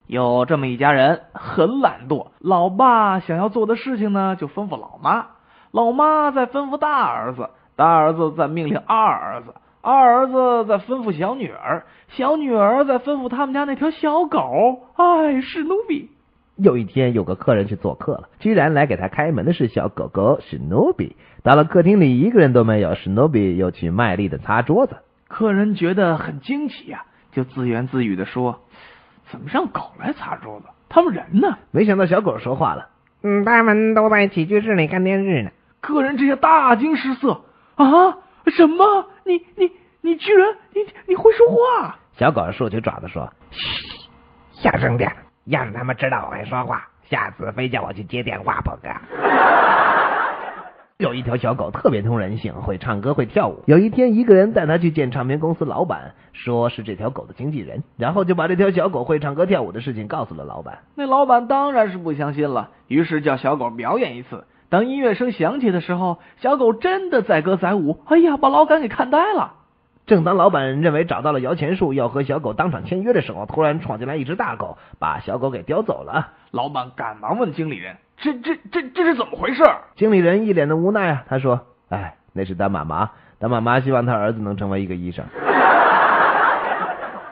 有这么一家人，很懒惰，老爸想要做的事情呢，就吩咐老妈，老妈再吩咐大儿子，大儿子再命令二儿子，二儿子再吩咐小女儿，小女儿再吩咐他们家那条小狗，史努比。 有一天有个客人去做客了，居然来给他开门的是小狗狗史努比。到了客厅里一个人都没有，史努比又去卖力的擦桌子。 客人觉得很惊奇呀，就自言自语的说，怎么让狗来擦桌子？他们人呢？ 没想到小狗说话了，他们都在起居室里看电视呢。 客人这下大惊失色，啊，什么？你居然你会说话？ 小狗竖起爪子说，嘘，小声点，要是他们知道我会说话，下次非叫我去接电话不可。有一条小狗特别通人性，会唱歌会跳舞。有一天一个人带他去见唱片公司老板，说是这条狗的经纪人，然后就把这条小狗会唱歌跳舞的事情告诉了老板。 那老板当然是不相信了，于是叫小狗表演一次。当音乐声响起的时候，小狗真的载歌载舞，把老板给看呆了。 正当老板认为找到了摇钱树，要和小狗当场签约的时候，突然闯进来一只大狗，把小狗给叼走了。 老板赶忙问经理人，这是怎么回事？ 经理人一脸的无奈啊，他说，那是当妈妈希望他儿子能成为一个医生。